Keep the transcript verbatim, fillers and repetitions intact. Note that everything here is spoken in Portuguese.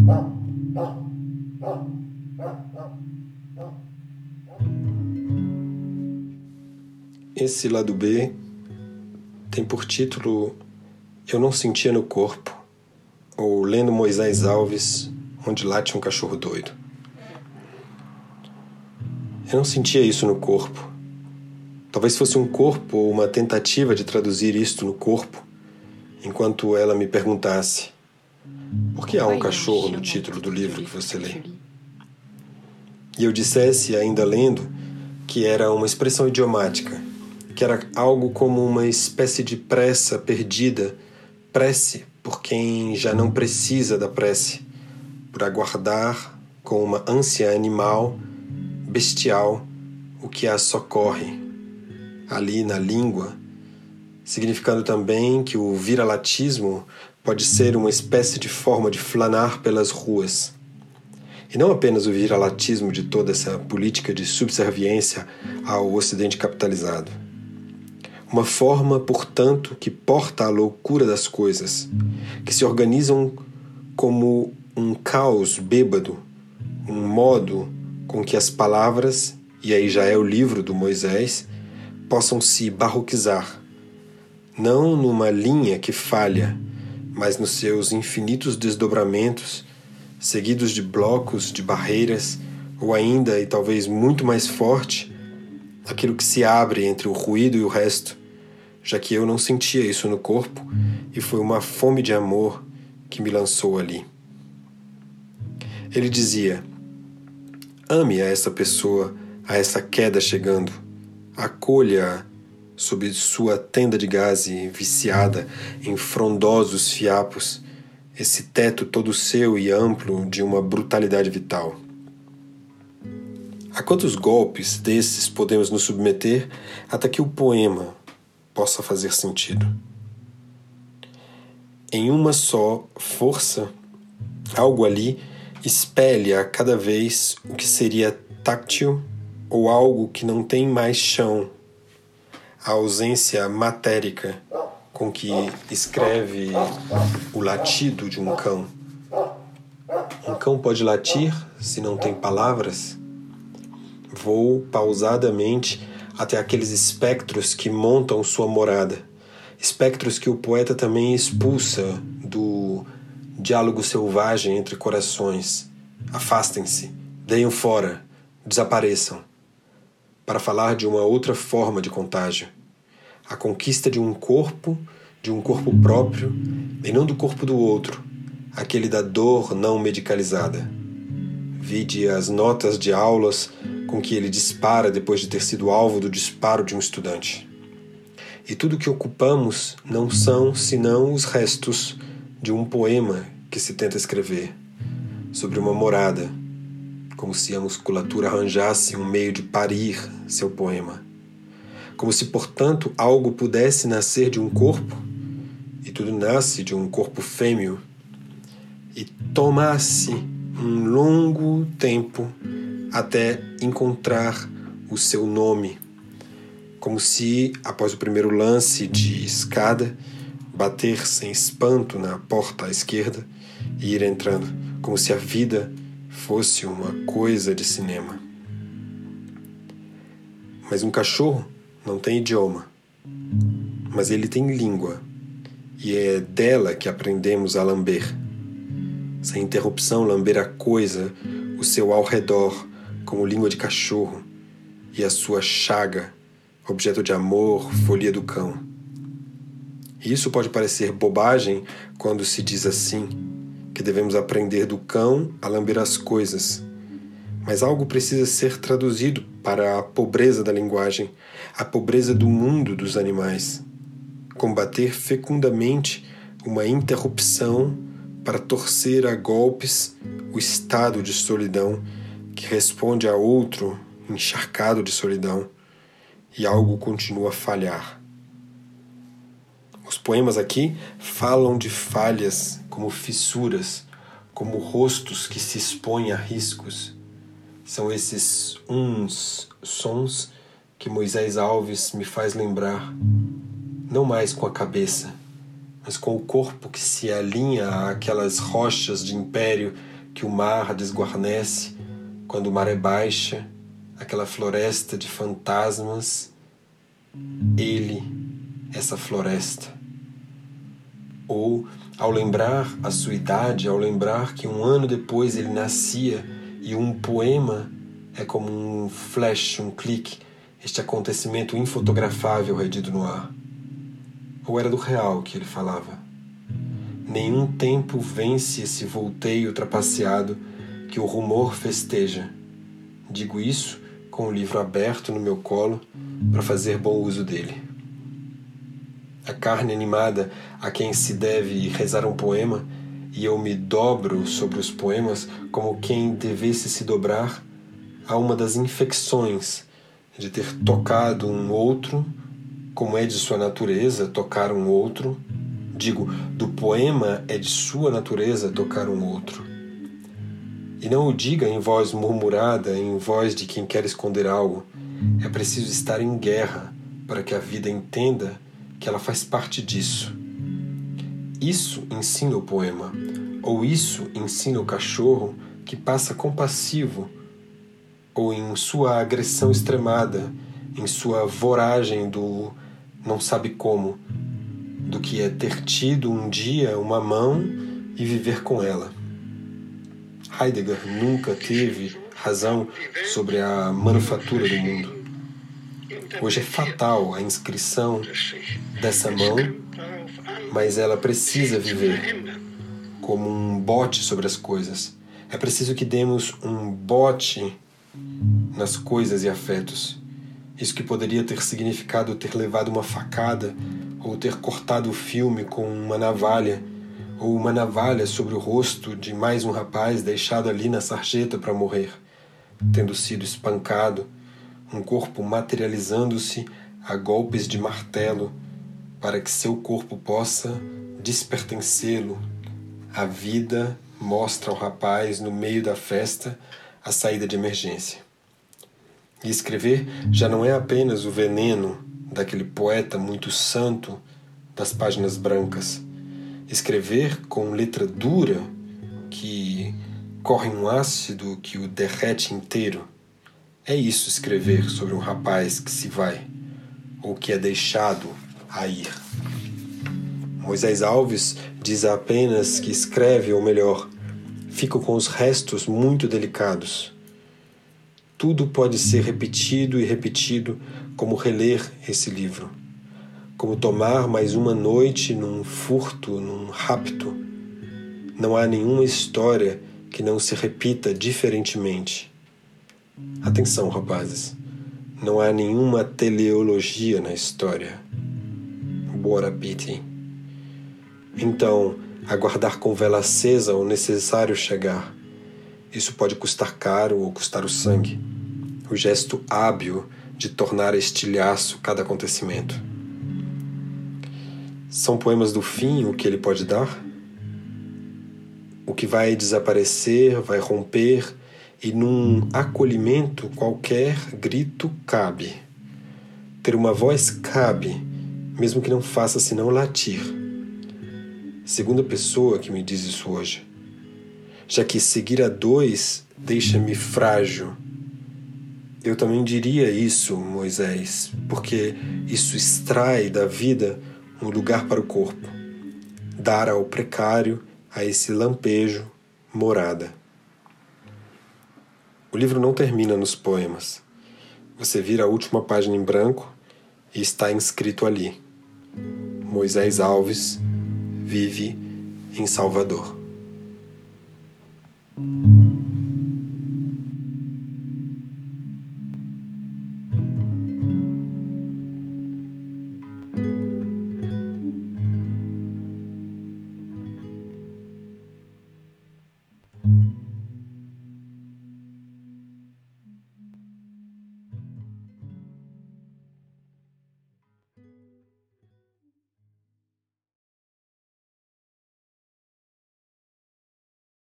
Esse lado B tem por título Eu Não Sentia no Corpo, ou Lendo Moisés Alves, Onde Late um Cachorro Doido. Eu não sentia isso no corpo. Talvez fosse um corpo ou uma tentativa de traduzir isto no corpo, enquanto ela me perguntasse: por que há um cachorro no título do livro que você lê? E eu dissesse, ainda lendo, que era uma expressão idiomática, que era algo como uma espécie de pressa perdida, prece por quem já não precisa da prece, por aguardar com uma ânsia animal, bestial, o que a socorre, ali na língua, significando também que o viralatismo pode ser uma espécie de forma de flanar pelas ruas. E não apenas o viralatismo de toda essa política de subserviência ao Ocidente capitalizado. Uma forma, portanto, que porta a loucura das coisas, que se organizam como um caos bêbado, um modo com que as palavras, e aí já é o livro do Moisés, possam se barroquizar, não numa linha que falha, mas nos seus infinitos desdobramentos, seguidos de blocos, de barreiras, ou ainda, e talvez muito mais forte, aquilo que se abre entre o ruído e o resto, já que eu não sentia isso no corpo e foi uma fome de amor que me lançou ali. Ele dizia: ame a essa pessoa, a essa queda chegando, acolha-a sob sua tenda de gaze viciada em frondosos fiapos, esse teto todo seu e amplo de uma brutalidade vital. A quantos golpes desses podemos nos submeter até que o poema possa fazer sentido? Em uma só força, algo ali expele a cada vez o que seria táctil ou algo que não tem mais chão, a ausência matérica com que escreve o latido de um cão. Um cão pode latir se não tem palavras? Vou pausadamente até aqueles espectros que montam sua morada, espectros que o poeta também expulsa do diálogo selvagem entre corações. Afastem-se, deem fora, desapareçam, para falar de uma outra forma de contágio, a conquista de um corpo, de um corpo próprio, e não do corpo do outro, aquele da dor não medicalizada. Vide as notas de aulas com que ele dispara depois de ter sido alvo do disparo de um estudante. E tudo que ocupamos não são senão os restos de um poema que se tenta escrever, sobre uma morada, como se a musculatura arranjasse um meio de parir seu poema. Como se, portanto, algo pudesse nascer de um corpo, e tudo nasce de um corpo fêmeo, e tomasse um longo tempo até encontrar o seu nome, como se, após o primeiro lance de escada, bater sem espanto na porta à esquerda e ir entrando, como se a vida fosse uma coisa de cinema. Mas um cachorro não tem idioma, mas ele tem língua, e é dela que aprendemos a lamber. Sem interrupção, lamber a coisa, o seu ao redor, como língua de cachorro, e a sua chaga, objeto de amor, folia do cão. E isso pode parecer bobagem quando se diz assim, que devemos aprender do cão a lamber as coisas. Mas algo precisa ser traduzido para a pobreza da linguagem, a pobreza do mundo dos animais. Combater fecundamente uma interrupção para torcer a golpes o estado de solidão que responde a outro encharcado de solidão, e algo continua a falhar. Os poemas aqui falam de falhas como fissuras, como rostos que se expõem a riscos. São esses uns sons que Moisés Alves me faz lembrar, não mais com a cabeça, mas com o corpo que se alinha àquelas rochas de império que o mar desguarnece quando o mar é baixa, aquela floresta de fantasmas, ele, essa floresta. Ou, ao lembrar a sua idade, ao lembrar que um ano depois ele nascia e um poema é como um flash, um clique, este acontecimento infotografável redido no ar. Ou era do real que ele falava? Nenhum tempo vence esse volteio trapaceado que o rumor festeja. Digo isso com o livro aberto no meu colo para fazer bom uso dele. A carne animada a quem se deve rezar um poema, e eu me dobro sobre os poemas como quem devesse se dobrar a uma das infecções de ter tocado um outro, como é de sua natureza tocar um outro. Digo, do poema é de sua natureza tocar um outro. E não o diga em voz murmurada, em voz de quem quer esconder algo. É preciso estar em guerra para que a vida entenda que ela faz parte disso. Isso ensina o poema, ou isso ensina o cachorro que passa compassivo, ou em sua agressão extremada, em sua voragem do não sabe como, do que é ter tido um dia uma mão e viver com ela. Heidegger nunca teve razão sobre a manufatura do mundo. Hoje é fatal a inscrição dessa mão, mas ela precisa viver como um bote sobre as coisas. É preciso que demos um bote nas coisas e afetos. Isso que poderia ter significado ter levado uma facada, ou ter cortado o filme com uma navalha, ou uma navalha sobre o rosto de mais um rapaz deixado ali na sarjeta para morrer, tendo sido espancado, um corpo materializando-se a golpes de martelo para que seu corpo possa despertencê-lo. A vida mostra ao rapaz, no meio da festa, a saída de emergência. E escrever já não é apenas o veneno daquele poeta muito santo das páginas brancas. Escrever com letra dura, que corre um ácido que o derrete inteiro. É isso escrever sobre um rapaz que se vai, ou que é deixado a ir. Moisés Alves diz apenas que escreve, ou melhor, fica com os restos muito delicados. Tudo pode ser repetido e repetido, como reler esse livro, como tomar mais uma noite num furto, num rapto. Não há nenhuma história que não se repita diferentemente. Atenção, rapazes, não há nenhuma teleologia na história. What a pity. Então, aguardar com vela acesa o necessário chegar. Isso pode custar caro ou custar o sangue. O gesto hábil de tornar estilhaço cada acontecimento. São poemas do fim o que ele pode dar? O que vai desaparecer, vai romper, e num acolhimento qualquer grito cabe. Ter uma voz cabe, mesmo que não faça senão latir. Segunda pessoa que me diz isso hoje. Já que seguir a dois deixa-me frágil. Eu também diria isso, Moisés, porque isso extrai da vida um lugar para o corpo. Dar ao precário, a esse lampejo, morada. O livro não termina nos poemas. Você vira a última página em branco e está inscrito ali: Moisés Alves vive em Salvador.